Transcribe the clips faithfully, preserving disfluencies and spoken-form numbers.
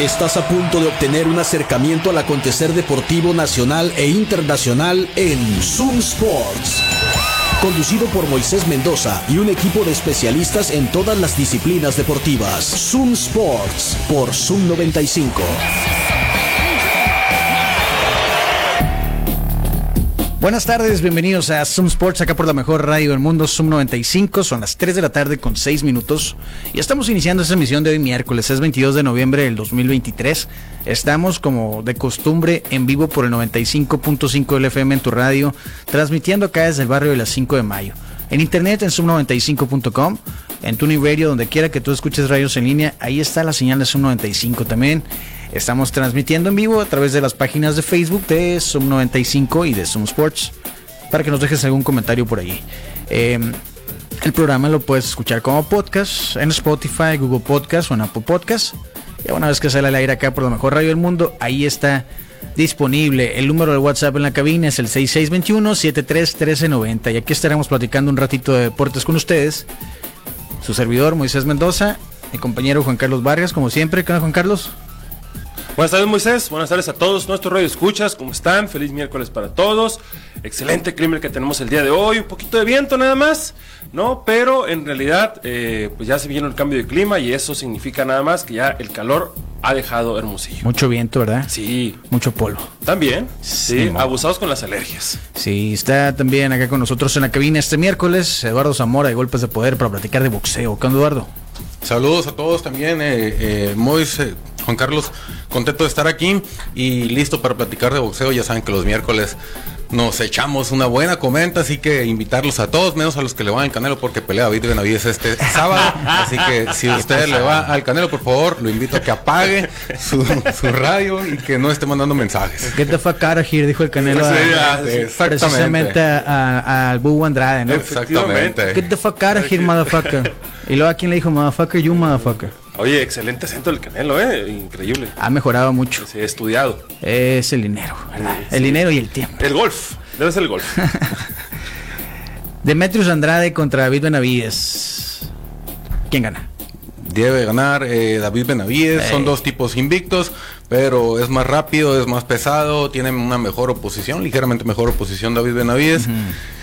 Estás a punto de obtener un acercamiento al acontecer deportivo nacional e internacional en Zoom Sports. Conducido por Moisés Mendoza y un equipo de especialistas en todas las disciplinas deportivas. Zoom Sports por Zoom noventa y cinco. Buenas tardes, bienvenidos a Zoom Sports, acá por la mejor radio del mundo, Zoom noventa y cinco. Son las tres de la tarde con seis minutos y estamos iniciando esta emisión de hoy miércoles, es veintidós de noviembre del dos mil veintitrés. Estamos como de costumbre en vivo por el noventa y cinco punto cinco del F M en tu radio, transmitiendo acá desde el barrio de las cinco de mayo. En internet en zoom noventa y cinco punto com, en Tuning Radio, donde quiera que tú escuches radios en línea, ahí está la señal de Zoom noventa y cinco también. Estamos transmitiendo en vivo a través de las páginas de Facebook de Zoom noventa y cinco y de Zoom Sports, para que nos dejes algún comentario por ahí. Eh, el programa lo puedes escuchar como podcast en Spotify, Google Podcast o en Apple Podcast. Y una vez que sale al aire acá por la mejor radio del mundo, ahí está disponible. El número de WhatsApp en la cabina es el seis seis dos uno, siete tres uno tres nueve cero. Y aquí estaremos platicando un ratito de deportes con ustedes. Su servidor, Moisés Mendoza, mi compañero Juan Carlos Vargas, como siempre. ¿Qué onda, Juan Carlos? Buenas tardes, Moisés, buenas tardes a todos nuestros radioescuchas, ¿cómo están? Feliz miércoles para todos, excelente clima el que tenemos el día de hoy, un poquito de viento nada más, ¿no? Pero en realidad, eh, pues ya se viene el cambio de clima y eso significa nada más que ya el calor ha dejado Hermosillo. Mucho viento, ¿verdad? Sí. Mucho polvo. También, sí, sí, abusados con las alergias. Sí, está también acá con nosotros en la cabina este miércoles, Eduardo Zamora de Golpes de Poder para platicar de boxeo. ¿Qué onda, Eduardo? Saludos a todos también, eh, eh, Moisés, Juan Carlos, contento de estar aquí y listo para platicar de boxeo. Ya saben que los miércoles nos echamos una buena comenta, así que invitarlos a todos, menos a los que le van al Canelo, porque pelea David Benavides este sábado. Así que si usted le va al Canelo, por favor, lo invito a que apague su, su radio y que no esté mandando mensajes. Get the fuck out of here, dijo el Canelo. Sí, a, exactamente. Precisamente al Búho Andrade, ¿no? Exactamente. Get the fuck out of here, motherfucker. Y luego a quién le dijo, motherfucker, you motherfucker. Oye, excelente acento del Canelo, eh, increíble. Ha mejorado mucho. Sí, he estudiado. Es el dinero, ¿verdad? Sí, el sí. dinero y el tiempo. El golf, debe ser el golf. Demetrius Andrade contra David Benavides. ¿Quién gana? Debe ganar eh, David Benavides. Hey. Son dos tipos invictos, pero es más rápido, es más pesado, tiene una mejor oposición, ligeramente mejor oposición David Benavides. Uh-huh.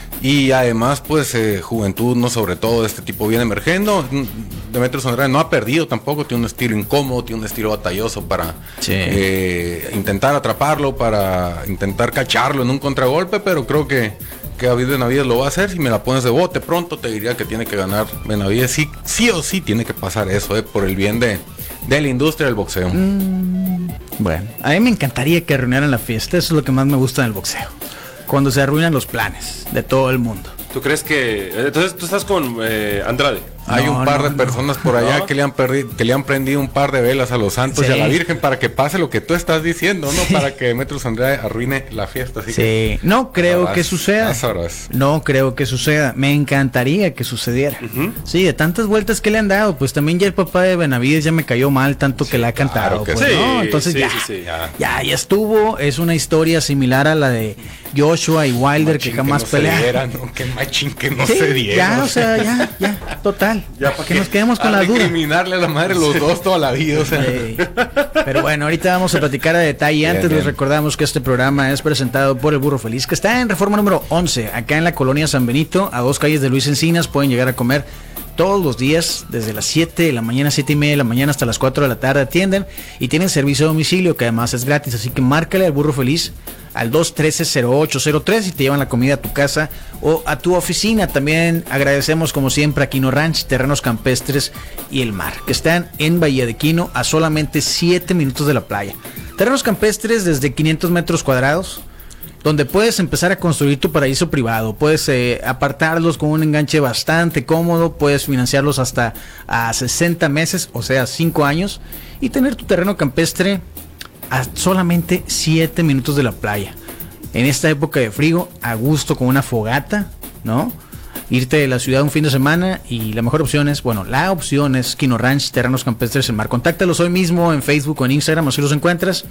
Y además, pues, eh, juventud, no sobre todo, este tipo viene emergiendo. Demetrius Andrade no ha perdido tampoco, tiene un estilo incómodo, tiene un estilo batalloso para sí. eh, intentar atraparlo, para intentar cacharlo en un contragolpe, pero creo que, que David Benavides lo va a hacer. Si me la pones de bote pronto, te diría que tiene que ganar Benavides. Sí, sí o sí tiene que pasar eso, eh, por el bien de, de la industria del boxeo. Mm, bueno, a mí me encantaría que arruinaran la fiesta, eso es lo que más me gusta del boxeo. Cuando se arruinan los planes de todo el mundo. ¿Tú crees que...? Entonces tú estás con eh, Andrade. Hay no, un par no, de personas no. por allá ¿No? que le han perdido, que le han prendido un par de velas a los santos sí. y a la Virgen para que pase lo que tú estás diciendo, ¿no? Sí. Para que Demetrius Andrade arruine la fiesta. Así sí, que, no creo sabrás, que suceda. No creo que suceda. Me encantaría que sucediera. Uh-huh. Sí, de tantas vueltas que le han dado, pues también ya el papá de Benavides ya me cayó mal tanto sí, que le ha cantado. Claro que pues, sí. ¿no? Entonces sí, ya, sí, sí, ya, ya, ya estuvo. Es una historia similar a la de Joshua y Wilder machín que jamás que no pelearon. ¿no? Qué machín que no sí, se dieron. Ya, o sea, ya, ya, total. Ya, que nos quedemos con la duda. Criminarle a la madre los dos toda la vida, o sea. Sí. Pero bueno, ahorita vamos a platicar a detalle. Bien, Antes bien. Les recordamos que este programa es presentado por El Burro Feliz, que está en Reforma número once, acá en la colonia San Benito, a dos calles de Luis Encinas. Pueden llegar a comer todos los días, desde las siete de la mañana, siete y media de la mañana hasta las cuatro de la tarde atienden y tienen servicio a domicilio que además es gratis, así que márcale al Burro Feliz al dos uno tres, cero ocho cero tres y te llevan la comida a tu casa o a tu oficina. También agradecemos como siempre a Quino Ranch, Terrenos Campestres y El Mar, que están en Bahía de Quino a solamente siete minutos de la playa. Terrenos campestres desde quinientos metros cuadrados, donde puedes empezar a construir tu paraíso privado. Puedes eh, apartarlos con un enganche bastante cómodo, puedes financiarlos hasta a sesenta meses, o sea, cinco años, y tener tu terreno campestre a solamente siete minutos de la playa. En esta época de frío, a gusto con una fogata, ¿no? Irte de la ciudad un fin de semana y la mejor opción es, bueno, la opción es Quino Ranch, Terrenos Campestres El Mar. Contáctalos hoy mismo en Facebook o en Instagram, así los encuentras,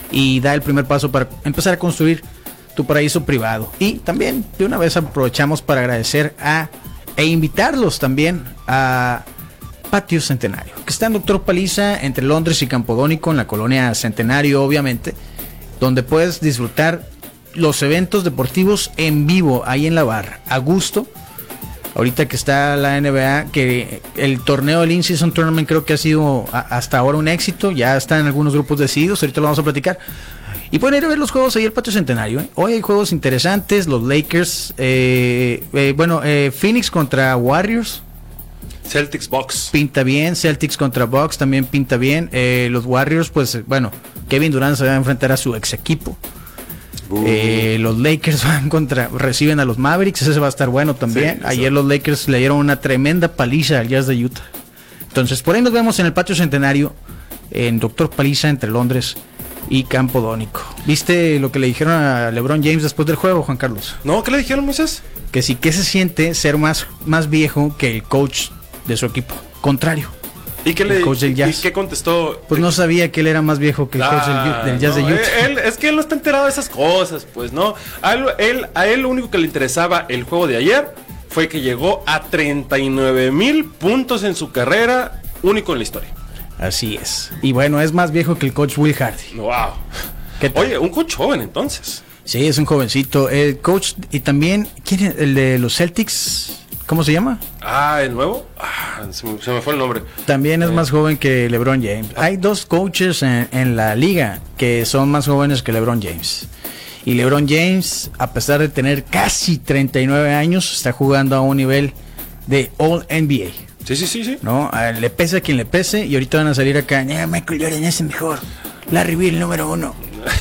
y da el primer paso para empezar a construir tu paraíso privado. Y también de una vez aprovechamos para agradecer a e invitarlos también a Patio Centenario, que está en Doctor Paliza, entre Londres y Campodónico, en la colonia Centenario, obviamente, donde puedes disfrutar los eventos deportivos en vivo, ahí en la barra, a gusto. Ahorita que está la N B A, que el torneo del In-Season Tournament creo que ha sido a, hasta ahora un éxito, ya están algunos grupos decididos, ahorita lo vamos a platicar. Y pueden ir a ver los juegos ahí al Patio Centenario, ¿eh? Hoy hay juegos interesantes, los Lakers, eh, eh, bueno, eh, Phoenix contra Warriors. Celtics Bucks. Pinta bien, Celtics contra Bucks también pinta bien. Eh, los Warriors, pues bueno, Kevin Durant se va a enfrentar a su ex equipo. Uh. Eh, los Lakers van contra, reciben a los Mavericks, ese va a estar bueno también. Sí, ayer los Lakers le dieron una tremenda paliza al Jazz de Utah. Entonces, por ahí nos vemos en el Patio Centenario, en Doctor Paliza, entre Londres y Campodónico. ¿Viste lo que le dijeron a LeBron James después del juego, Juan Carlos? No, ¿qué le dijeron, Moisés? Que sí, que se siente ser más, más viejo que el coach de su equipo contrario. ¿Y qué, le, ¿Y qué contestó? Pues no sabía que él era más viejo que el ah, coach del, del Jazz no, de Utah. Él, es que él no está enterado de esas cosas, pues, ¿no? A él, él, a él lo único que le interesaba el juego de ayer fue que llegó a treinta y nueve mil puntos en su carrera, único en la historia. Así es. Y bueno, es más viejo que el coach Will Hardy. Wow. Oye, un coach joven entonces. Sí, es un jovencito. El coach, y también, ¿quién es el de los Celtics? ¿Cómo se llama? Ah, ¿el nuevo? Ah, se, me, se me fue el nombre. También es eh. más joven que LeBron James. Hay dos coaches en, en la liga que son más jóvenes que LeBron James. Y LeBron James, a pesar de tener casi treinta y nueve años, está jugando a un nivel de All N B A. Sí, sí, sí, sí. No, a, le pese a quien le pese, y ahorita van a salir acá, eh, Michael Jordan es el mejor, Larry Bird número uno.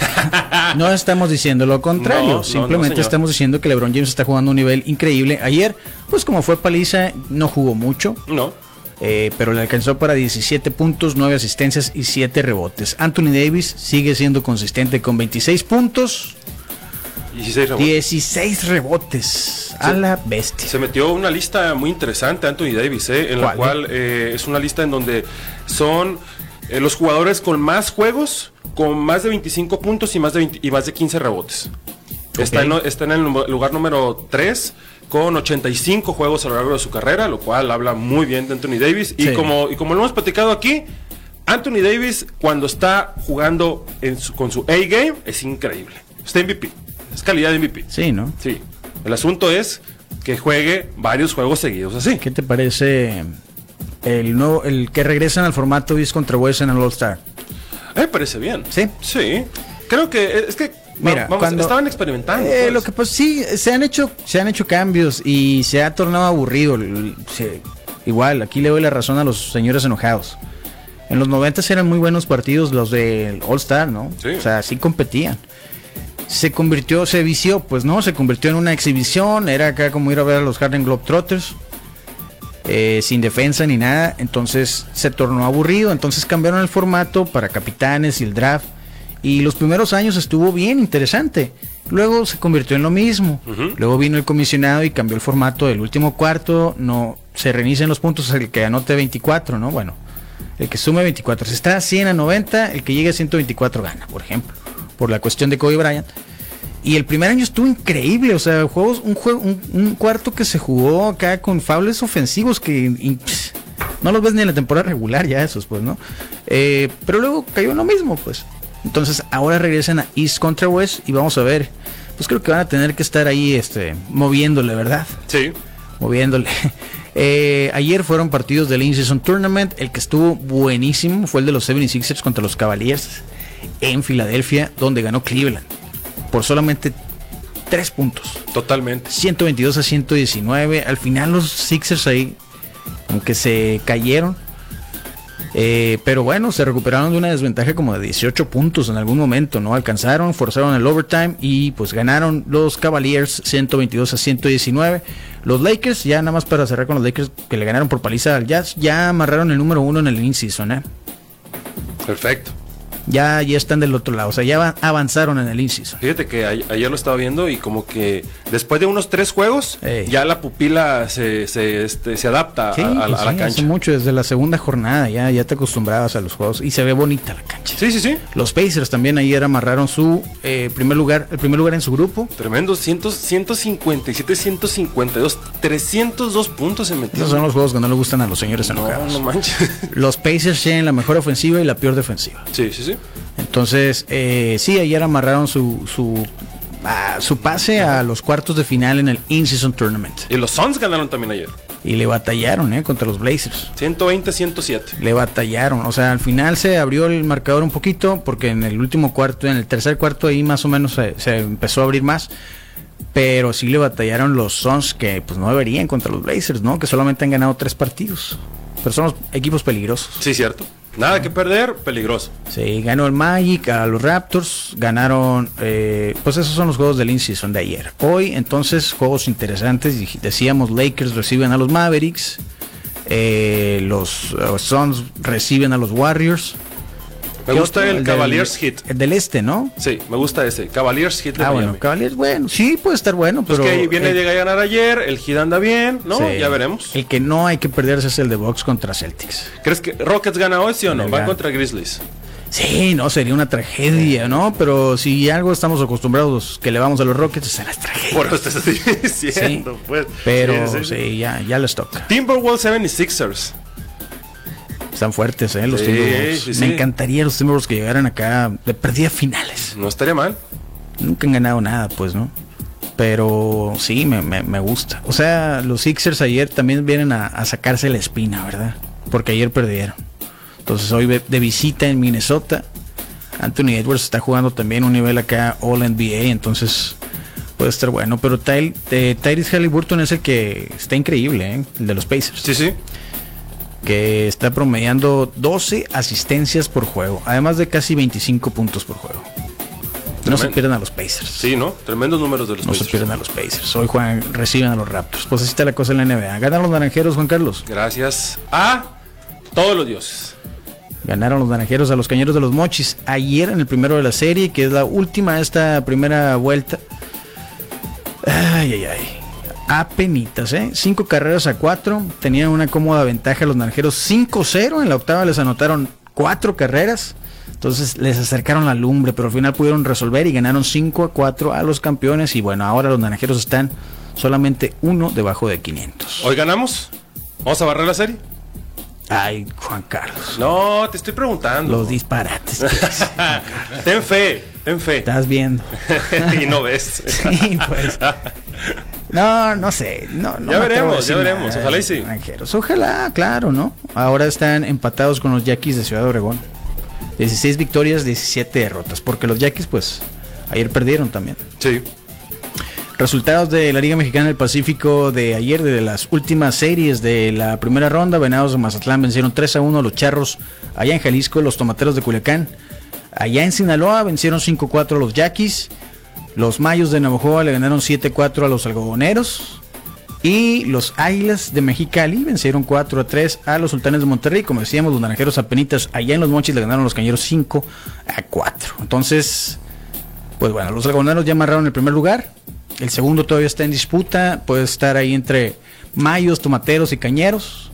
No estamos diciendo lo contrario, no, simplemente no, no, estamos diciendo que LeBron James está jugando a un nivel increíble. Ayer, pues como fue paliza, no jugó mucho. No. Eh, pero le alcanzó para diecisiete puntos, nueve asistencias y siete rebotes. Anthony Davis sigue siendo consistente con veintiséis puntos. dieciséis rebotes. dieciséis rebotes a se, la bestia. Se metió una lista muy interesante Anthony Davis, eh, en la cual eh, es una lista en donde son eh, los jugadores con más juegos, con más de veinticinco puntos y más de, veinte, y más de quince rebotes. Okay. Está, en, está en el lugar número tres con ochenta y cinco juegos a lo largo de su carrera, lo cual habla muy bien de Anthony Davis. Y, sí. como, y como lo hemos platicado aquí, Anthony Davis cuando está jugando en su, con su A-game es increíble. Está M V P. Es calidad de M V P. Sí, ¿no? Sí. El asunto es que juegue varios juegos seguidos así. ¿Qué te parece el nuevo, el que regresan al formato East contra West en el All-Star? Me parece bien. Sí. Sí. Creo que es que Mira, vamos, cuando, estaban experimentando. Eh, pues. Lo que pues sí, se han hecho, se han hecho cambios y se ha tornado aburrido. Se, igual, aquí le doy la razón a los señores enojados. En los noventas eran muy buenos partidos los del All-Star, ¿no? Sí. O sea, sí competían. Se convirtió, se vició, pues no, se convirtió en una exhibición, era acá como ir a ver a los Harlem Globetrotters, eh, sin defensa ni nada, entonces se tornó aburrido, entonces cambiaron el formato para capitanes y el draft, y los primeros años estuvo bien interesante, luego se convirtió en lo mismo, uh-huh. Luego vino el comisionado y cambió el formato del último cuarto, no se reinician los puntos, el que anote veinticuatro, ¿no? Bueno, el que sume veinticuatro, si está a cien a noventa, el que llegue a ciento veinticuatro gana, por ejemplo, por la cuestión de Kobe Bryant. Y el primer año estuvo increíble, o sea, juegos, un juego, un, un cuarto que se jugó acá con fouls ofensivos que y, pss, no los ves ni en la temporada regular ya esos, pues, ¿no? Eh, pero luego cayó en lo mismo, pues. Entonces ahora regresan a East contra West y vamos a ver, pues creo que van a tener que estar ahí, este, moviéndole, ¿verdad? Sí. Moviéndole. Eh, ayer fueron partidos del In-Season Tournament, el que estuvo buenísimo fue el de los setenta y seis ers contra los Cavaliers en Filadelfia, donde ganó Cleveland por solamente tres puntos. Totalmente. ciento veintidós a ciento diecinueve. Al final los Sixers ahí como que se cayeron. Eh, pero bueno, se recuperaron de una desventaja como de dieciocho puntos en algún momento, ¿no? Alcanzaron, forzaron el overtime y pues ganaron los Cavaliers ciento veintidós a ciento diecinueve. Los Lakers, ya nada más para cerrar con los Lakers que le ganaron por paliza al Jazz, ya amarraron el número uno en el in-season, ¿eh? Perfecto. Ya, ya están del otro lado, o sea, ya va, avanzaron en el in-season. Fíjate que a, ayer lo estaba viendo y como que después de unos tres juegos, Ey. ya la pupila se, se, este, se adapta sí, a, a, pues a la sí, cancha. Hace mucho, desde la segunda jornada ya, ya te acostumbrabas a los juegos y se ve bonita la cancha. Sí, sí, sí. Los Pacers también ayer amarraron su eh, primer lugar, el primer lugar en su grupo. Tremendo, ciento cincuenta y siete, ciento cincuenta y dos, trescientos dos puntos se metieron. Esos son los juegos que no le gustan a los señores enojados. No, no manches. Los Pacers tienen la mejor ofensiva y la peor defensiva. Sí, sí, sí. Entonces, eh, sí, ayer amarraron su su, ah, su pase a los cuartos de final en el In-Season Tournament. Y los Suns ganaron también ayer. Y le batallaron, ¿eh? Contra los Blazers. ciento veinte a ciento siete. Le batallaron. O sea, al final se abrió el marcador un poquito, porque en el último cuarto, en el tercer cuarto ahí más o menos se, se empezó a abrir más. Pero sí le batallaron los Suns, que pues no deberían contra los Blazers, ¿no? Que solamente han ganado tres partidos. Pero son los equipos peligrosos. Sí, cierto. Nada que perder, peligroso. Sí, ganó el Magic a los Raptors, ganaron, eh, pues esos son los juegos del in-season de ayer. Hoy, entonces, juegos interesantes, decíamos, Lakers reciben a los Mavericks, eh, los uh, Suns reciben a los Warriors. Me gusta otro? el, el Cavaliers del, Heat. El del este, ¿no? Sí, me gusta ese, Cavaliers Heat de Ah, Miami. bueno, Cavaliers, bueno, sí, puede estar bueno, pues pero... que ahí viene, eh, llega a ganar ayer, el Heat anda bien, ¿no? Sí. Ya veremos. El que no hay que perderse es el de Bucks contra Celtics. ¿Crees que Rockets gana hoy, sí o no? Van contra Grizzlies. Sí, no, sería una tragedia, ¿no? Pero si algo estamos acostumbrados que le vamos a los Rockets, es a las tragedias. Por eso te estoy diciendo, sí, pues. Pero sí, sí, sí, ya, ya les toca. Timberwolves setenta y seis ers. Están fuertes, ¿eh? Los sí, Timberwolves. Sí, sí. Me encantaría los Timberwolves que llegaran acá de perdida finales. No estaría mal. Nunca han ganado nada, pues, ¿no? Pero sí, me, me, me gusta. O sea, los Sixers ayer también vienen a, a sacarse la espina, ¿verdad? Porque ayer perdieron. Entonces hoy de visita en Minnesota. Anthony Edwards está jugando también un nivel acá All N B A, entonces puede estar bueno. Pero Ty, eh, Tyrese Haliburton es el que está increíble, ¿eh? El de los Pacers. Sí, sí. Que está promediando doce asistencias por juego, además de casi veinticinco puntos por juego. No Tremendo. Se pierdan a los Pacers. Sí, ¿no? Tremendos números de los no Pacers. No se pierdan a los Pacers. Hoy juegan, reciben a los Raptors. Pues así está la cosa en la N B A. Ganan los naranjeros, Juan Carlos. Gracias a todos los dioses. Ganaron los naranjeros a los cañeros de los Mochis ayer en el primero de la serie, que es la última de esta primera vuelta. Ay, ay, ay. Apenitas, ¿eh? Cinco carreras a cuatro. Tenían una cómoda ventaja los naranjeros. cinco cero. En la octava les anotaron cuatro carreras. Entonces les acercaron la lumbre, pero al final pudieron resolver y ganaron cinco a cuatro a los campeones. Y bueno, ahora los naranjeros están solamente uno debajo de quinientos. ¿Hoy ganamos? ¿Vamos a barrer la serie? Ay, Juan Carlos. No, te estoy preguntando. Los disparates. Ten fe, ten fe. Estás viendo. Y no ves. Sí, pues. No, no sé. No, no ya veremos, ya veremos. Nada. Ojalá y sí. Ojalá, claro, ¿no? Ahora están empatados con los Yaquis de Ciudad Obregón. dieciséis victorias, diecisiete derrotas. Porque los Yaquis, pues, ayer perdieron también. Sí. Resultados de la Liga Mexicana del Pacífico de ayer, de las últimas series de la primera ronda. Venados de Mazatlán vencieron tres a uno a los Charros allá en Jalisco. Los Tomateros de Culiacán allá en Sinaloa vencieron cinco a cuatro a los Yaquis. Los Mayos de Navojoa le ganaron siete a cuatro a los Algodoneros. Y los Águilas de Mexicali vencieron cuatro a tres a los Sultanes de Monterrey. Como decíamos, los Naranjeros apenitas allá en Los Mochis le ganaron a los Cañeros cinco a cuatro. Entonces, pues bueno, los Algodoneros ya amarraron el primer lugar. El segundo todavía está en disputa. Puede estar ahí entre Mayos, Tomateros y Cañeros.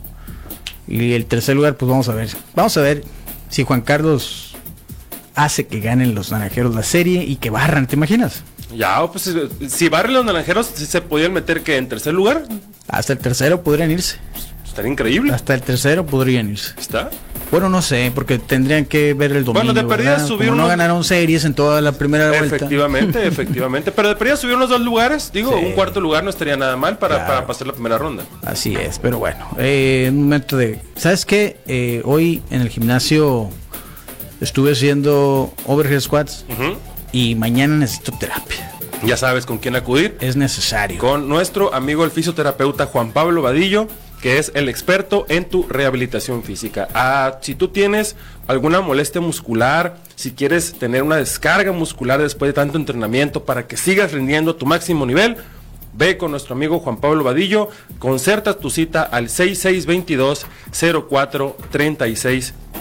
Y el tercer lugar, pues vamos a ver. Vamos a ver si Juan Carlos hace que ganen los Naranjeros la serie y que barran, ¿te imaginas? Ya, pues si barren los Naranjeros, ¿se podían meter que en tercer lugar? Hasta el tercero podrían irse. Estaría increíble. Hasta el tercero podrían irse. ¿Está? Bueno, no sé, porque tendrían que ver el domingo. Bueno, de perdida subieron. No ganaron series en toda la primera vuelta. Efectivamente, efectivamente. Pero de perdida subieron los dos lugares. Digo, sí. Un cuarto lugar no estaría nada mal para, claro. para pasar la primera ronda. Así es, pero bueno. Eh, un momento de. ¿Sabes qué? Eh, hoy en el gimnasio estuve haciendo overhead squats uh-huh. y mañana necesito terapia. Ya sabes con quién acudir. Es necesario. Con nuestro amigo el fisioterapeuta Juan Pablo Vadillo, que es el experto en tu rehabilitación física. Ah, si tú tienes alguna molestia muscular, si quieres tener una descarga muscular después de tanto entrenamiento para que sigas rindiendo a tu máximo nivel, ve con nuestro amigo Juan Pablo Vadillo, concerta tu cita al seis seis dos dos, cero cuatro tres seis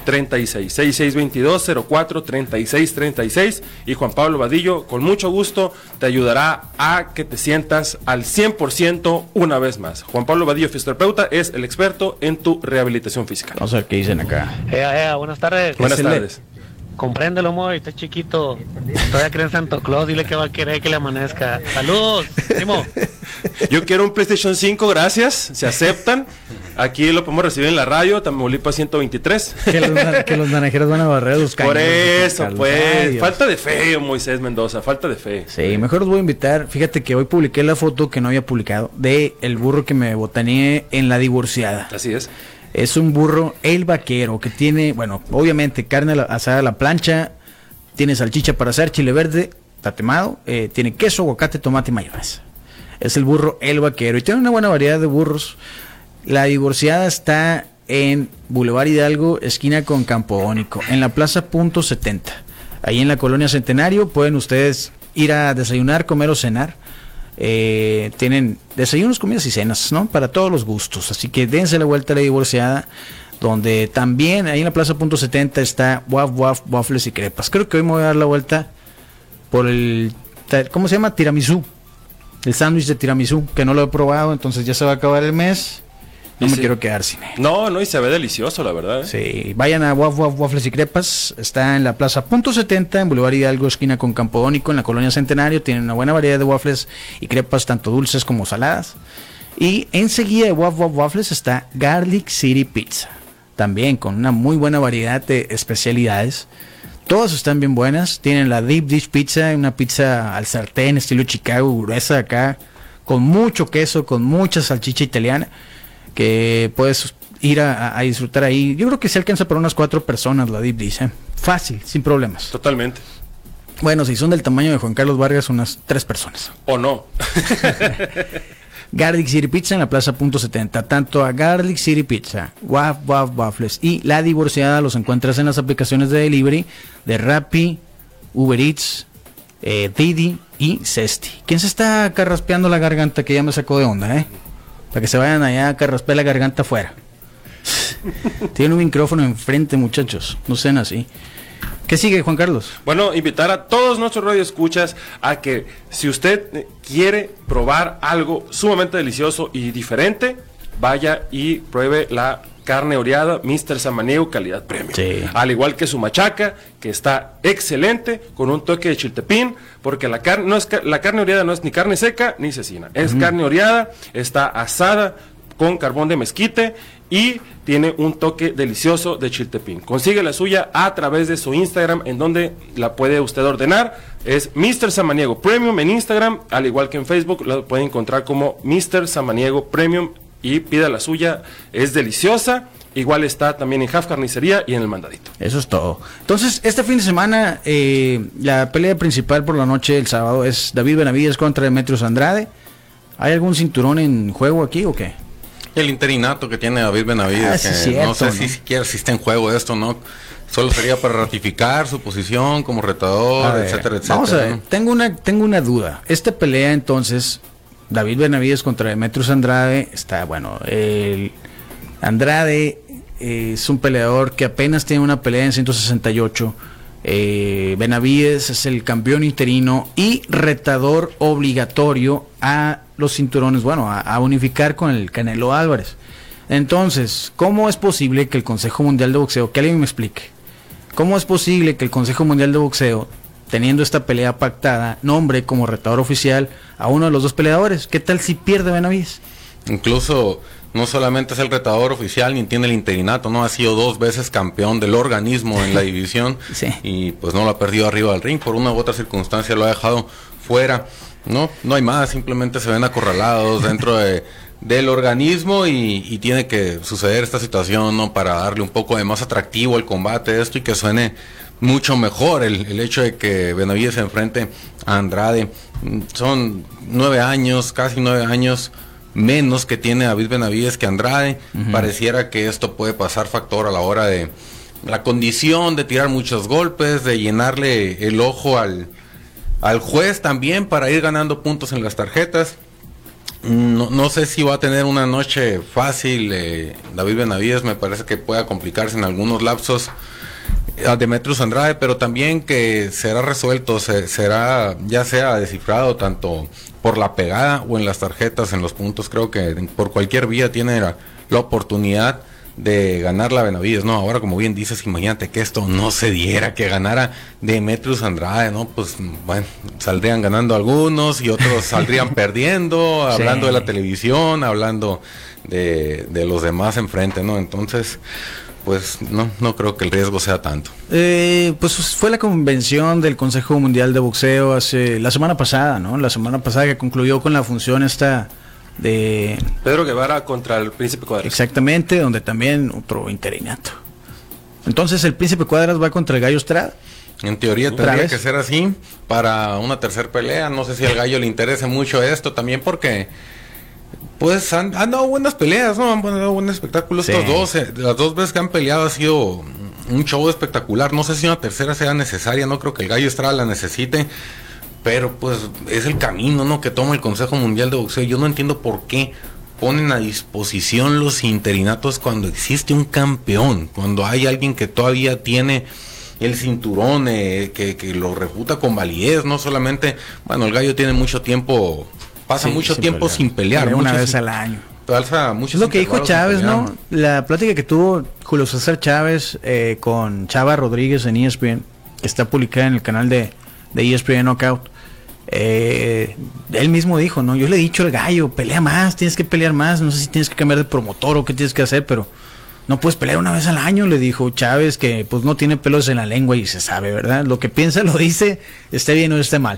treinta y seis. seis seis dos dos, cero cuatro, treinta y seis treinta y seis. Y Juan Pablo Vadillo, con mucho gusto, te ayudará a que te sientas al cien por ciento una vez más. Juan Pablo Vadillo, fisioterapeuta, es el experto en tu rehabilitación física. Vamos a ver qué dicen acá. Ea, ea, buenas tardes. Buenas tardes. Compréndelo, Moy, está chiquito. Todavía cree en Santo Claus, dile que va a querer que le amanezca. ¡Saludos! ¡Primo! Yo quiero un PlayStation cinco, gracias. Se aceptan. Aquí lo podemos recibir en la radio, Tamaulipas ciento veintitrés. Que los, que los naranjeros van a barrer los cañones. Por eso, pues. Ay, falta de fe, Moisés Mendoza, falta de fe. Sí, mejor los voy a invitar. Fíjate que hoy publiqué la foto que no había publicado de el burro que me botaneé en La Divorciada. Así es. Es un burro, el vaquero, que tiene, bueno, obviamente carne asada a la plancha, tiene salchicha para hacer, chile verde, tatemado, eh, tiene queso, aguacate, tomate y mayonesa. Es el burro, el vaquero, y tiene una buena variedad de burros. La Divorciada está en Boulevard Hidalgo, esquina con Campo Ónico, en la Plaza Punto setenta. Ahí en la Colonia Centenario pueden ustedes ir a desayunar, comer o cenar. Eh, tienen desayunos, comidas y cenas, ¿no? Para todos los gustos. Así que dense la vuelta a La Divorciada, donde también ahí en la Plaza Punto setenta está Waf Waf, waffles y crepas. Creo que hoy me voy a dar la vuelta por el, ¿cómo se llama? Tiramisú. El sándwich de tiramisú, que no lo he probado, entonces ya se va a acabar el mes. No me sí. quiero quedar sin él. No, no, y se ve delicioso, la verdad. ¿eh? Sí, vayan a Waf Waf, waffles y crepas. Está en la Plaza Punto setenta, en Boulevard Hidalgo, esquina con Campo Ónico, en la Colonia Centenario. Tienen una buena variedad de waffles y crepas, tanto dulces como saladas. Y enseguida de Waf Waf Waffles está Garlic City Pizza, también con una muy buena variedad de especialidades. Todas están bien buenas. Tienen la Deep Dish Pizza, una pizza al sartén, estilo Chicago, gruesa acá, con mucho queso, con mucha salchicha italiana, que puedes ir a, a disfrutar ahí. Yo creo que se alcanza para unas cuatro personas la Deep Dish, ¿eh? Fácil, sin problemas. Totalmente. Bueno, si son del tamaño de Juan Carlos Vargas, unas tres personas. O no. Garlic City Pizza en la Plaza Punto setenta. Tanto a Garlic City Pizza, Waf Waf Waffles y La Divorciada los encuentras en las aplicaciones de delivery de Rappi, Uber Eats, eh, Didi y Cesti. ¿Quién se está carraspeando la garganta que ya me sacó de onda, eh? Para que se vayan allá a carraspear la garganta afuera. Tienen un micrófono enfrente, muchachos. No sean así. ¿Qué sigue, Juan Carlos? Bueno, invitar a todos nuestros radioescuchas a que si usted quiere probar algo sumamente delicioso y diferente, vaya y pruebe la carne oreada míster Samaniego calidad premium. Sí. Al igual que su machaca, que está excelente, con un toque de chiltepín, porque la carne no es la carne oreada no es ni carne seca ni cecina, es uh-huh. carne oreada, está asada con carbón de mezquite y tiene un toque delicioso de chiltepín. Consigue la suya a través de su Instagram, en donde la puede usted ordenar. Es míster Samaniego Premium en Instagram, al igual que en Facebook, la puede encontrar como míster Samaniego Premium y pida la suya. Es deliciosa. Igual está también en Half Carnicería y en El Mandadito. Eso es todo. Entonces, este fin de semana, eh, la pelea principal por la noche, el sábado, es David Benavides contra Demetrius Andrade. ¿Hay algún cinturón en juego aquí o qué? El interinato que tiene David Benavides, ah, sí, que cierto, no sé ¿no? si siquiera si está en juego esto, ¿no? Solo sería para ratificar su posición como retador, ver, etcétera, etcétera. Vamos a ver, ¿no? tengo una, tengo una duda. Esta pelea entonces, David Benavides contra Demetrius Andrade, está bueno, el Andrade eh, es un peleador que apenas tiene una pelea en ciento sesenta y ocho. Eh, Benavides es el campeón interino y retador obligatorio a los cinturones, bueno, a, a unificar con el Canelo Álvarez. Entonces, ¿cómo es posible que el Consejo Mundial de Boxeo, que alguien me explique, cómo es posible que el Consejo Mundial de Boxeo, teniendo esta pelea pactada, nombre como retador oficial a uno de los dos peleadores? ¿Qué tal si pierde Benavides? Incluso no solamente es el retador oficial ni tiene el interinato, no ha sido dos veces campeón del organismo en la división. Sí. Y pues no lo ha perdido arriba del ring, por una u otra circunstancia lo ha dejado fuera. No, no hay más, simplemente se ven acorralados dentro de, del organismo y, y tiene que suceder esta situación, ¿no? Para darle un poco de más atractivo al combate de esto y que suene mucho mejor el, el hecho de que Benavides se enfrente a Andrade. Son nueve años, casi nueve años menos que tiene David Benavides que Andrade. Uh-huh. Pareciera que esto puede pasar factor a la hora de la condición de tirar muchos golpes, de llenarle el ojo al, al juez también para ir ganando puntos en las tarjetas. No, no sé si va a tener una noche fácil eh, David Benavides, me parece que pueda complicarse en algunos lapsos a Demetrius Andrade, pero también que será resuelto, se, será ya sea descifrado tanto por la pegada o en las tarjetas, en los puntos. Creo que por cualquier vía tiene la, la oportunidad de ganar la Benavides, ¿no? Ahora, como bien dices, imagínate que esto no se diera, que ganara Demetrius Andrade, ¿no? Pues, bueno, saldrían ganando algunos y otros saldrían perdiendo, sí. Hablando de la televisión, hablando de, de los demás enfrente, ¿no? Entonces, pues, no, no creo que el riesgo sea tanto. Eh, pues fue la convención del Consejo Mundial de Boxeo hace, la semana pasada, ¿no? La semana pasada que concluyó con la función esta de Pedro Guevara contra el Príncipe Cuadras. Exactamente, donde también otro interinato. Entonces el Príncipe Cuadras va contra el Gallo Estrada. En teoría tendría que ser así para una tercera pelea. No sé si al Gallo le interese mucho esto también, porque pues han, han dado buenas peleas, ¿no? Han dado buenos espectáculos. Sí. Estos dos, eh, las dos veces que han peleado ha sido un show espectacular. No sé si una tercera sea necesaria, no creo que el Gallo Estrada la necesite. Pero pues es el camino, ¿no?, que toma el Consejo Mundial de Boxeo. Yo no entiendo por qué ponen a disposición los interinatos cuando existe un campeón, cuando hay alguien que todavía tiene el cinturón, eh, que, que lo reputa con validez. No solamente, bueno, el Gallo tiene mucho tiempo, pasa sí, mucho sin tiempo pelear. sin pelear. Pelea una vez sin, al año. Pasa mucho es lo que dijo Chávez, ¿no? La plática que tuvo Julio César Chávez eh, con Chava Rodríguez en E S P N, que está publicada en el canal de, de E S P N Knockout. Eh, él mismo dijo, no, yo le he dicho al Gallo, pelea más, tienes que pelear más, no sé si tienes que cambiar de promotor o qué tienes que hacer, pero no puedes pelear una vez al año, le dijo Chávez, que pues no tiene pelos en la lengua y se sabe, ¿verdad? Lo que piensa lo dice, esté bien o esté mal.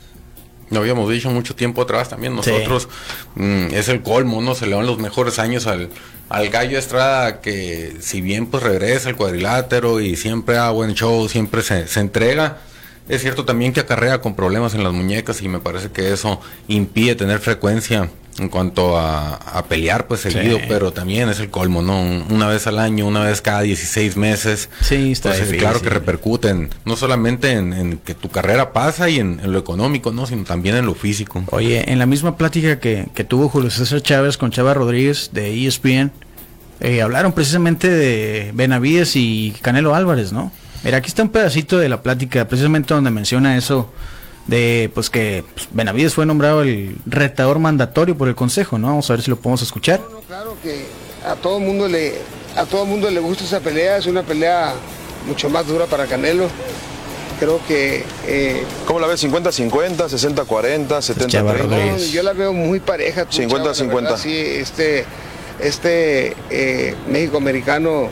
Lo habíamos dicho mucho tiempo atrás también nosotros, sí. mmm, es el colmo, ¿no? Se le van los mejores años al, al Gallo Estrada, que si bien pues regresa al cuadrilátero y siempre da buen show, siempre se, se entrega. Es cierto también que acarrea con problemas en las muñecas y me parece que eso impide tener frecuencia en cuanto a, a pelear pues seguido, sí. Pero también es el colmo, ¿no? Una vez al año, una vez cada dieciséis meses. Sí, está pues, difícil. Claro que repercuten, no solamente en, en que tu carrera pasa y en, en lo económico, ¿no? Sino también en lo físico. Oye, en la misma plática que, que tuvo Julio César Chávez con Chava Rodríguez de E S P N, eh, hablaron precisamente de Benavides y Canelo Álvarez, ¿no? Mira, aquí está un pedacito de la plática, precisamente donde menciona eso de pues que pues, Benavides fue nombrado el retador mandatorio por el Consejo, ¿no? Vamos a ver si lo podemos escuchar. No, no, claro que a todo mundo le a todo mundo le gusta esa pelea, es una pelea mucho más dura para Canelo. Creo que eh, ¿cómo la ves? ¿cincuenta cincuenta, sesenta cuarenta, setenta treinta? No, yo la veo muy pareja. cincuenta cincuenta. Sí, este este eh, México-americano,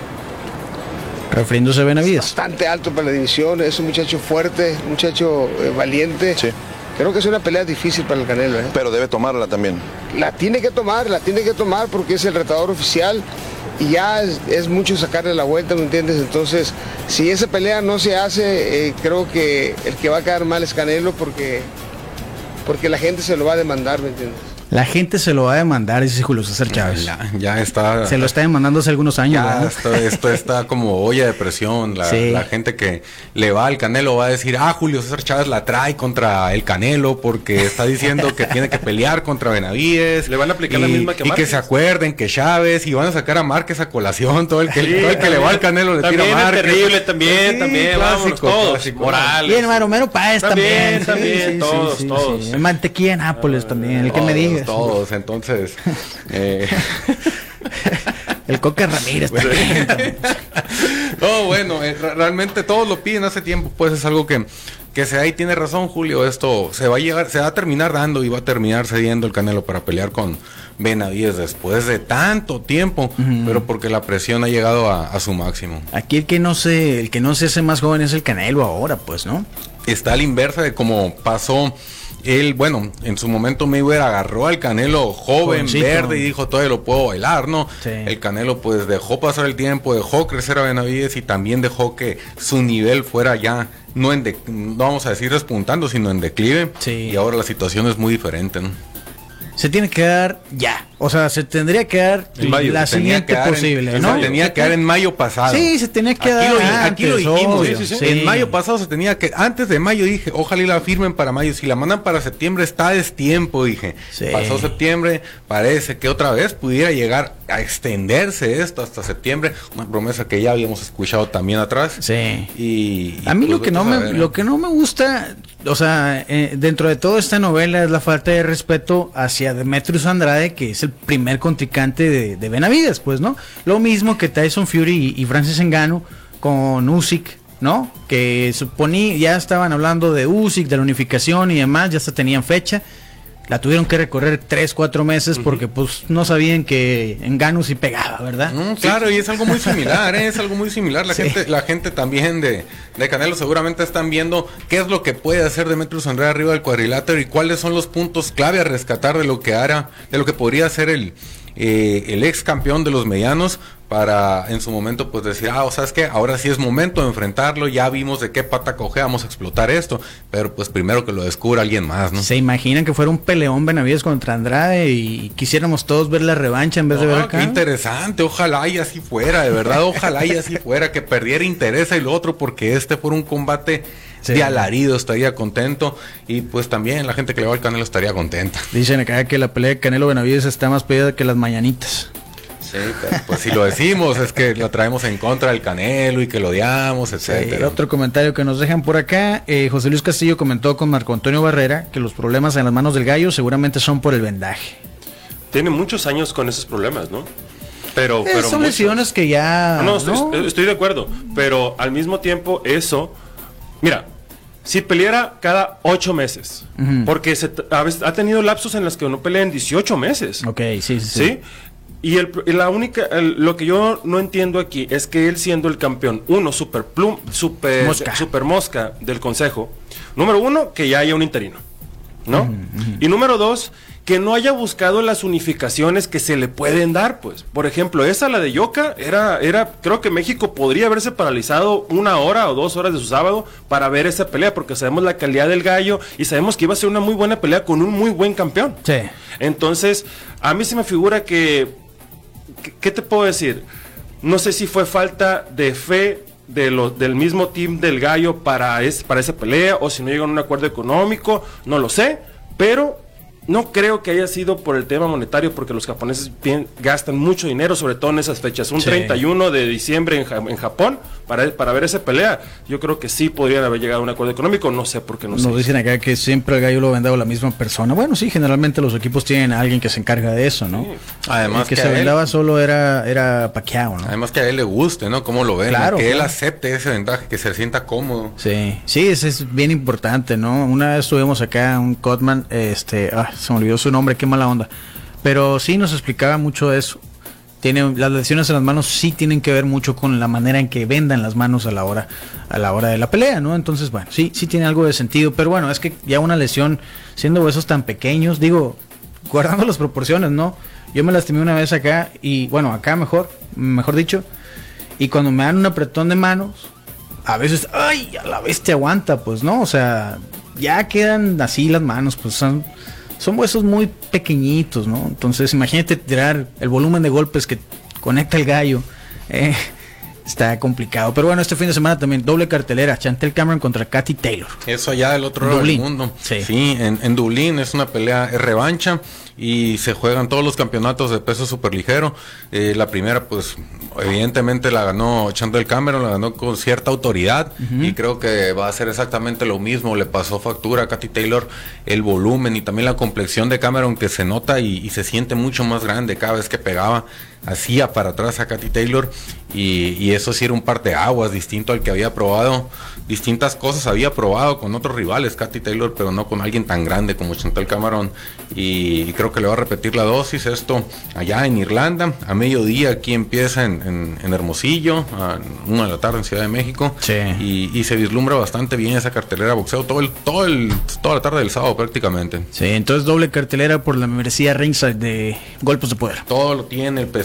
refiriéndose a Benavides, bastante alto para la división, es un muchacho fuerte, un muchacho eh, valiente. Sí. Creo que es una pelea difícil para el Canelo, ¿eh? Pero debe tomarla también. La tiene que tomar, la tiene que tomar porque es el retador oficial y ya es, es mucho sacarle la vuelta, ¿me entiendes? Entonces, si esa pelea no se hace, eh, creo que el que va a quedar mal es Canelo porque, porque la gente se lo va a demandar, ¿me entiendes? La gente se lo va a demandar, dice Julio César Chávez. Ya, ya está. Se lo está demandando hace algunos años. Ya esto, esto está como olla de presión. La, sí. la gente que le va al Canelo va a decir, ah, Julio César Chávez la trae contra el Canelo porque está diciendo que tiene que pelear contra Benavides. Le van a aplicar y, la misma que Y Márquez. que se acuerden que Chávez, y van a sacar a Márquez a colación. Todo el que, sí, todo el que le va al Canelo le tira a Márquez. También es terrible, también, sí, también. Clásico, vámonos, todos. Clásico. Morales. Y el Maromero Páez también. También, también, sí, todos, sí, todos. Sí. El Mantequilla en Nápoles ah, también, el que todos, me digas. Todos, entonces... eh. El Coca Ramírez también. No, bueno, eh, realmente todos lo piden hace tiempo, pues es algo que, que se da y tiene razón Julio, esto se va a llegar, se va a terminar dando y va a terminar cediendo el Canelo para pelear con Benavides después de tanto tiempo, uh-huh. pero porque la presión ha llegado a, a su máximo. Aquí el que no se, el que no se hace más joven es el Canelo ahora, pues, ¿no? Está a la inversa de como pasó. Él, bueno, en su momento Mayweather agarró al Canelo joven, Jovencito. verde, y dijo, todavía lo puedo bailar, ¿no? Sí. El Canelo pues dejó pasar el tiempo, dejó crecer a Benavides y también dejó que su nivel fuera ya, no en de, no vamos a decir despuntando, sino en declive. Sí. Y ahora la situación es muy diferente, ¿no? se tiene que dar ya. O sea, se tendría que dar mayo, la siguiente posible, en, ¿no? Se tenía que dar en mayo pasado. Sí, se tenía que aquí dar lo, antes, aquí lo dijimos. obvio, Sí, sí, sí. sí. En mayo pasado se tenía que... Antes de mayo dije, ojalá y la firmen para mayo. Si la mandan para septiembre, está es tiempo, dije. Sí. Pasó septiembre, parece que otra vez pudiera llegar a extenderse esto hasta septiembre. Una promesa que ya habíamos escuchado también atrás. Sí. Y, a mí pues, lo que no me ver, lo que no me gusta, o sea, eh, dentro de toda esta novela es la falta de respeto hacia Demetrius Andrade, que es el primer contrincante de, de Benavides, pues, ¿no? Lo mismo que Tyson Fury y, y Francis Ngannou con Usyk, ¿no? Que suponía, ya estaban hablando de Usyk, de la unificación y demás, ya hasta tenían fecha. La tuvieron que recorrer tres, cuatro meses porque pues no sabían que Ngannou sí pegaba, ¿verdad? Mm, claro, y es algo muy similar, ¿eh? Es algo muy similar. La Sí. gente, la gente también de, de Canelo seguramente están viendo qué es lo que puede hacer Demetrius Andrade arriba del cuadrilátero y cuáles son los puntos clave a rescatar de lo que hará, de lo que podría ser el eh, el ex campeón de los medianos, para en su momento pues decir, ah, o sea, es que ahora sí es momento de enfrentarlo, ya vimos de qué pata coge, vamos a explotar esto, pero pues primero que lo descubra alguien más, ¿no? ¿Se imaginan que fuera un peleón Benavides contra Andrade y quisiéramos todos ver la revancha en vez de ver Ah, acá? qué interesante, ojalá y así fuera, de verdad, ojalá y así fuera, que perdiera interés y lo otro, porque este fuera un combate Sí. de alarido, estaría contento, y pues también la gente que le va al Canelo estaría contenta. Dicen acá que la pelea de Canelo Benavides está más pedida que las mañanitas. Sí, pero pues si lo decimos es que lo traemos en contra del Canelo y que lo odiamos, etcétera. Sí, otro comentario que nos dejan por acá, eh, José Luis Castillo comentó con Marco Antonio Barrera que los problemas en las manos del gallo seguramente son por el vendaje. Tiene muchos años con esos problemas, ¿no? Pero, Eh, pero son muchos. lesiones que ya... No, no, estoy, ¿no? estoy de acuerdo, pero al mismo tiempo eso, mira, si peleara cada ocho meses, Ujú. porque se t- a veces ha tenido lapsos en los que no pelea en dieciocho meses, Ok, sí, sí, sí. ¿sí? Y el, y la única, el- lo que yo no entiendo aquí es que él siendo el campeón, uno, super plum, super Mosca. super mosca del consejo, número uno, que ya haya un interino, ¿no? Y número dos, que no haya buscado las unificaciones que se le pueden dar, pues. Por ejemplo, esa, la de Yoka, era, era, creo que México podría haberse paralizado una hora o dos horas de su sábado para ver esa pelea, porque sabemos la calidad del gallo y sabemos que iba a ser una muy buena pelea con un muy buen campeón. Sí. Entonces, a mí se me figura que, que- ¿qué te puedo decir? No sé si fue falta de fe de lo, del mismo team del gallo para, es, para esa pelea, o si no llegan a un acuerdo económico, no lo sé, pero no creo que haya sido por el tema monetario, porque los japoneses bien, gastan mucho dinero, sobre todo en esas fechas. Un Sí. treinta y uno de diciembre en, Ja- en Japón, para, para ver esa pelea, yo creo que sí podrían haber llegado a un acuerdo económico, no sé por qué no Nos sé. dicen acá que siempre el gallo lo ha vendado la misma persona. Bueno, sí, generalmente los equipos tienen a alguien que se encarga de eso, ¿no? Además el que, que se a él- vendaba solo era, era Pacquiao, ¿no? Además que a él le guste, ¿no? Cómo lo ven, Claro, que él claro. acepte ese ventaja, que se sienta cómodo. Sí, sí, eso es bien importante, ¿no? Una vez tuvimos acá un Cotman, este, ah, se me olvidó su nombre, qué mala onda. Pero sí nos explicaba mucho eso. Tiene, las lesiones en las manos sí tienen que ver mucho con la manera en que vendan las manos a la hora, a la hora de la pelea, ¿no? Entonces, bueno, sí, sí tiene algo de sentido, pero bueno, es que ya una lesión, siendo huesos tan pequeños, digo, guardando las proporciones, ¿no? Yo me lastimé una vez acá, y bueno, acá mejor, mejor dicho, y cuando me dan un apretón de manos, a veces, ay, a la vez te aguanta, pues, ¿no? O sea, ya quedan así las manos, pues son, son huesos muy pequeñitos, ¿no? Entonces, imagínate tirar el volumen de golpes que conecta el gallo. Eh, está complicado. Pero bueno, este fin de semana también doble cartelera, Chantel Cameron contra Katy Taylor. Eso allá del otro lado del Dublín. mundo. Sí. Sí, en, en Dublín es una pelea, es revancha y se juegan todos los campeonatos de peso superligero. Eh, la primera, pues, evidentemente la ganó Chantel Cameron, la ganó con cierta autoridad y creo que va a ser exactamente lo mismo. Le pasó factura a Katy Taylor el volumen y también la complexión de Cameron, que se nota y, y se siente mucho más grande cada vez que pegaba. Hacía para atrás a Katy Taylor y, y eso sí era un parteaguas distinto al que había probado. Distintas cosas había probado con otros rivales Katy Taylor, pero no con alguien tan grande como Chantel Cameron, y, y creo que le va a repetir la dosis esto allá en Irlanda. A mediodía aquí empieza en, en, en Hermosillo, a una de la tarde en Ciudad de México. Sí. y, y se vislumbra bastante bien esa cartelera de boxeo todo el, todo el, toda la tarde del sábado prácticamente. Sí, entonces doble cartelera por la membresía ringside de Golpes de Poder. Todo lo tiene, el pesado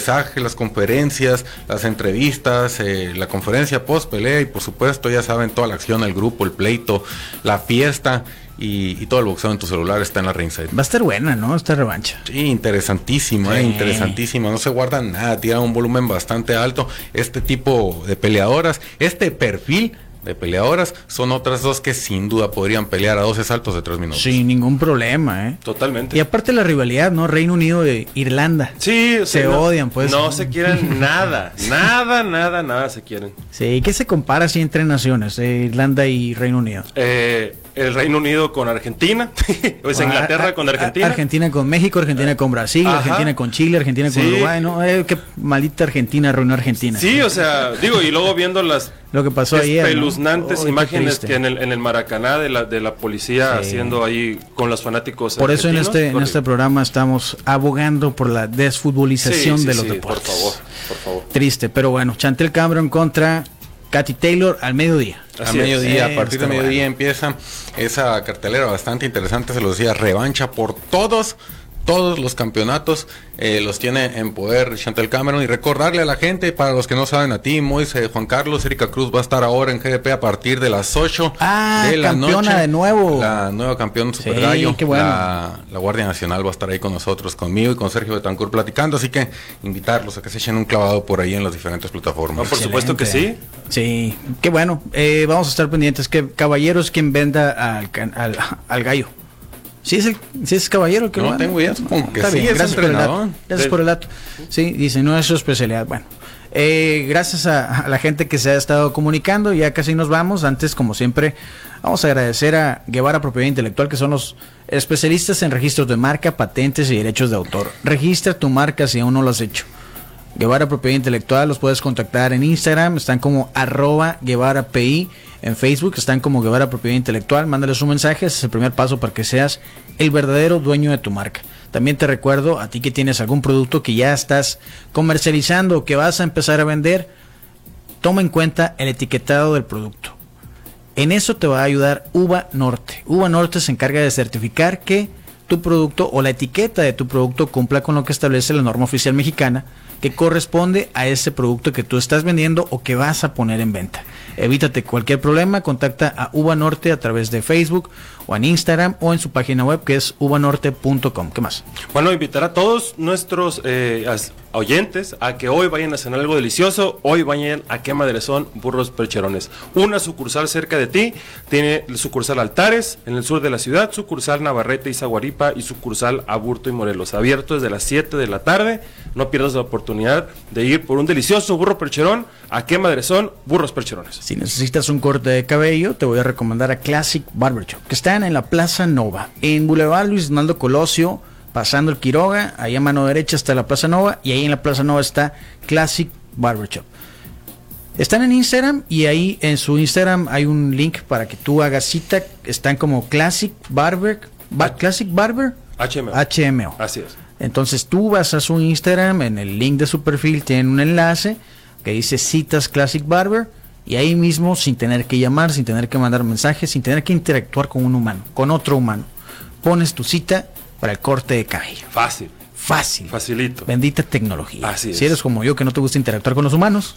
aterrizaje, las conferencias, las entrevistas, eh, la conferencia post pelea y por supuesto ya saben toda la acción, el grupo, el pleito, la fiesta y, y todo el boxeo en tu celular está en la Ringside. Va a estar buena, ¿no? Esta revancha. Sí, interesantísima, sí. eh, interesantísima. No se guardan nada, tiran un volumen bastante alto. Este tipo de peleadoras, este perfil de peleadoras son otras dos que sin duda podrían pelear a doce saltos de tres minutos. Sin ningún problema, ¿eh? Totalmente. Y aparte la rivalidad, ¿no? Reino Unido e Irlanda. Sí, o sea, se no, odian, pues. No se quieren nada, nada, nada, nada se quieren. Sí, ¿qué se compara así entre naciones, eh, Irlanda y Reino Unido? Eh, el Reino Unido con Argentina, o sea, Inglaterra a, con Argentina. Argentina con México, Argentina con Brasil, Ajá. Argentina con Chile, Argentina con sí. Uruguay, ¿no? Eh, qué maldita Argentina, arruinó Argentina. Sí, o sea, digo, y luego viendo las lo que pasó ayer, espeluznantes ¿no? oh, imágenes que en el, en el Maracaná de la, de la policía sí. haciendo ahí con los fanáticos. Por eso en este, en este programa estamos abogando por la desfutbolización sí, sí, de los sí, deportes. Por favor, por favor. Triste, pero bueno, Chantel Cameron contra Katy Taylor al mediodía. A mediodía, a partir de mediodía bueno. empieza esa cartelera bastante interesante, se lo decía, revancha por todos, todos los campeonatos, eh, los tiene en poder Chantel Cameron. Y recordarle a la gente, para los que no saben, a ti, Moisés, Juan Carlos, Erika Cruz va a estar ahora en G D P a partir de las ocho ah, de la campeona noche. de nuevo. La nueva campeona Super sí, Gallo. Qué bueno. la, la Guardia Nacional va a estar ahí con nosotros, conmigo y con Sergio Betancourt platicando, así que invitarlos a que se echen un clavado por ahí en las diferentes plataformas. No, por Excelente. Supuesto que sí. Sí, qué bueno. Eh, vamos a estar pendientes. Que Caballeros quien venda al, al, al gallo. ¿Sí es, el, ¿Sí es caballero? Que no tengo idea, supongo que Está sí, bien, es gracias por el dato. Gracias sí. por el dato. Sí, dice, no es su especialidad. Bueno, eh, gracias a, a la gente que se ha estado comunicando, ya casi nos vamos. Antes, como siempre, vamos a agradecer a Guevara Propiedad Intelectual, que son los especialistas en registros de marca, patentes y derechos de autor. Registra tu marca si aún no lo has hecho. Guevara Propiedad Intelectual, los puedes contactar en Instagram, están como arroba Guevara P I, en Facebook están como Guevara Propiedad Intelectual, mándales un mensaje, ese es el primer paso para que seas el verdadero dueño de tu marca. También te recuerdo, a ti que tienes algún producto que ya estás comercializando o que vas a empezar a vender, toma en cuenta el etiquetado del producto. En eso te va a ayudar Uva Norte. Uva Norte se encarga de certificar que tu producto o la etiqueta de tu producto cumpla con lo que establece la norma oficial mexicana que corresponde a ese producto que tú estás vendiendo o que vas a poner en venta. Evítate cualquier problema, contacta a Uva Norte a través de Facebook o en Instagram o en su página web que es uva norte punto com. ¿Qué más? Bueno, invitar a todos nuestros eh, oyentes a que hoy vayan a cenar algo delicioso. Hoy vayan a Qué Madresón Burros Percherones. Una sucursal cerca de ti, tiene sucursal Altares en el sur de la ciudad, sucursal Navarrete y Zaguaripa y sucursal Aburto y Morelos. Abierto desde las siete de la tarde. No pierdas la oportunidad de ir por un delicioso burro percherón a Qué Madresón Burros Percherones. Si necesitas un corte de cabello, te voy a recomendar a Classic Barber Shop, que están en la Plaza Nova, en Boulevard Luis Donaldo Colosio, pasando el Quiroga, ahí a mano derecha está la Plaza Nova, y ahí en la Plaza Nova está Classic Barber Shop. Están en Instagram, y ahí en su Instagram hay un link para que tú hagas cita. Están como Classic Barber, Bar, Classic Barber H M O. H M O. Así es. Entonces tú vas a su Instagram, en el link de su perfil tienen un enlace que dice citas Classic Barber, y ahí mismo, sin tener que llamar, sin tener que mandar mensajes, sin tener que interactuar con un humano, con otro humano, pones tu cita para el corte de cabello. Fácil. Fácil. Facilito. Bendita tecnología. Así es. Si eres como yo, que no te gusta interactuar con los humanos,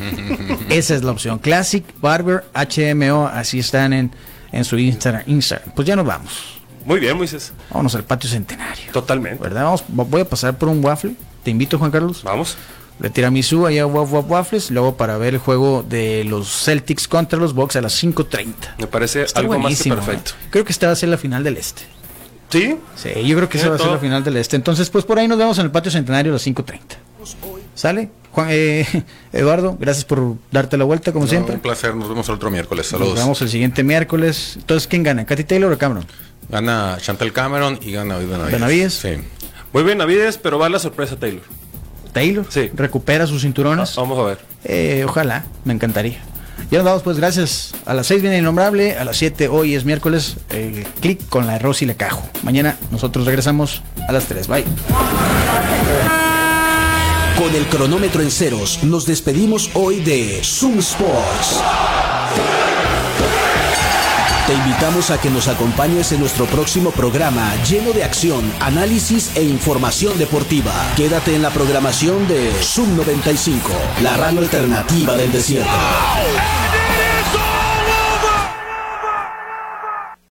esa es la opción. Classic Barber H M O, así están en, en su Instagram, Instagram. Pues ya nos vamos. Muy bien, Moisés. Vámonos al patio centenario. Totalmente. ¿Verdad? Vamos, voy a pasar por un waffle. Te invito, Juan Carlos. Vamos. De tiramisú allá waf, waf, waffles, luego para ver el juego de los Celtics contra los Bucks a las cinco treinta. Me parece está algo más que perfecto. ¿eh? Creo que esta va a ser la final del Este. ¿Sí? Sí, yo creo que esa va a ser la final del Este. Entonces, pues por ahí nos vemos en el patio centenario a las cinco treinta. ¿Sale? Juan, eh, Eduardo, gracias por darte la vuelta, como no, siempre. Un placer, nos vemos el otro miércoles. Saludos. Nos vemos el siguiente miércoles. Entonces, ¿quién gana? ¿Katy Taylor o Cameron? Gana Chantel Cameron y gana Benavides. ¿Benavides? Sí. Muy bien, Benavides, pero va la sorpresa Taylor. ¿Taylor? Sí. ¿Recupera sus cinturones? Vamos a ver. Eh, ojalá, me encantaría. Ya nos vamos, pues, gracias. A las seis viene Innombrable, a las siete hoy es miércoles, eh, clic con la Rosy Lecajo. Mañana nosotros regresamos a las tres. Bye. Con el cronómetro en ceros, nos despedimos hoy de Zoom Sports. Te invitamos a que nos acompañes en nuestro próximo programa lleno de acción, análisis e información deportiva. Quédate en la programación de Zoom noventa y cinco, la radio alternativa del desierto.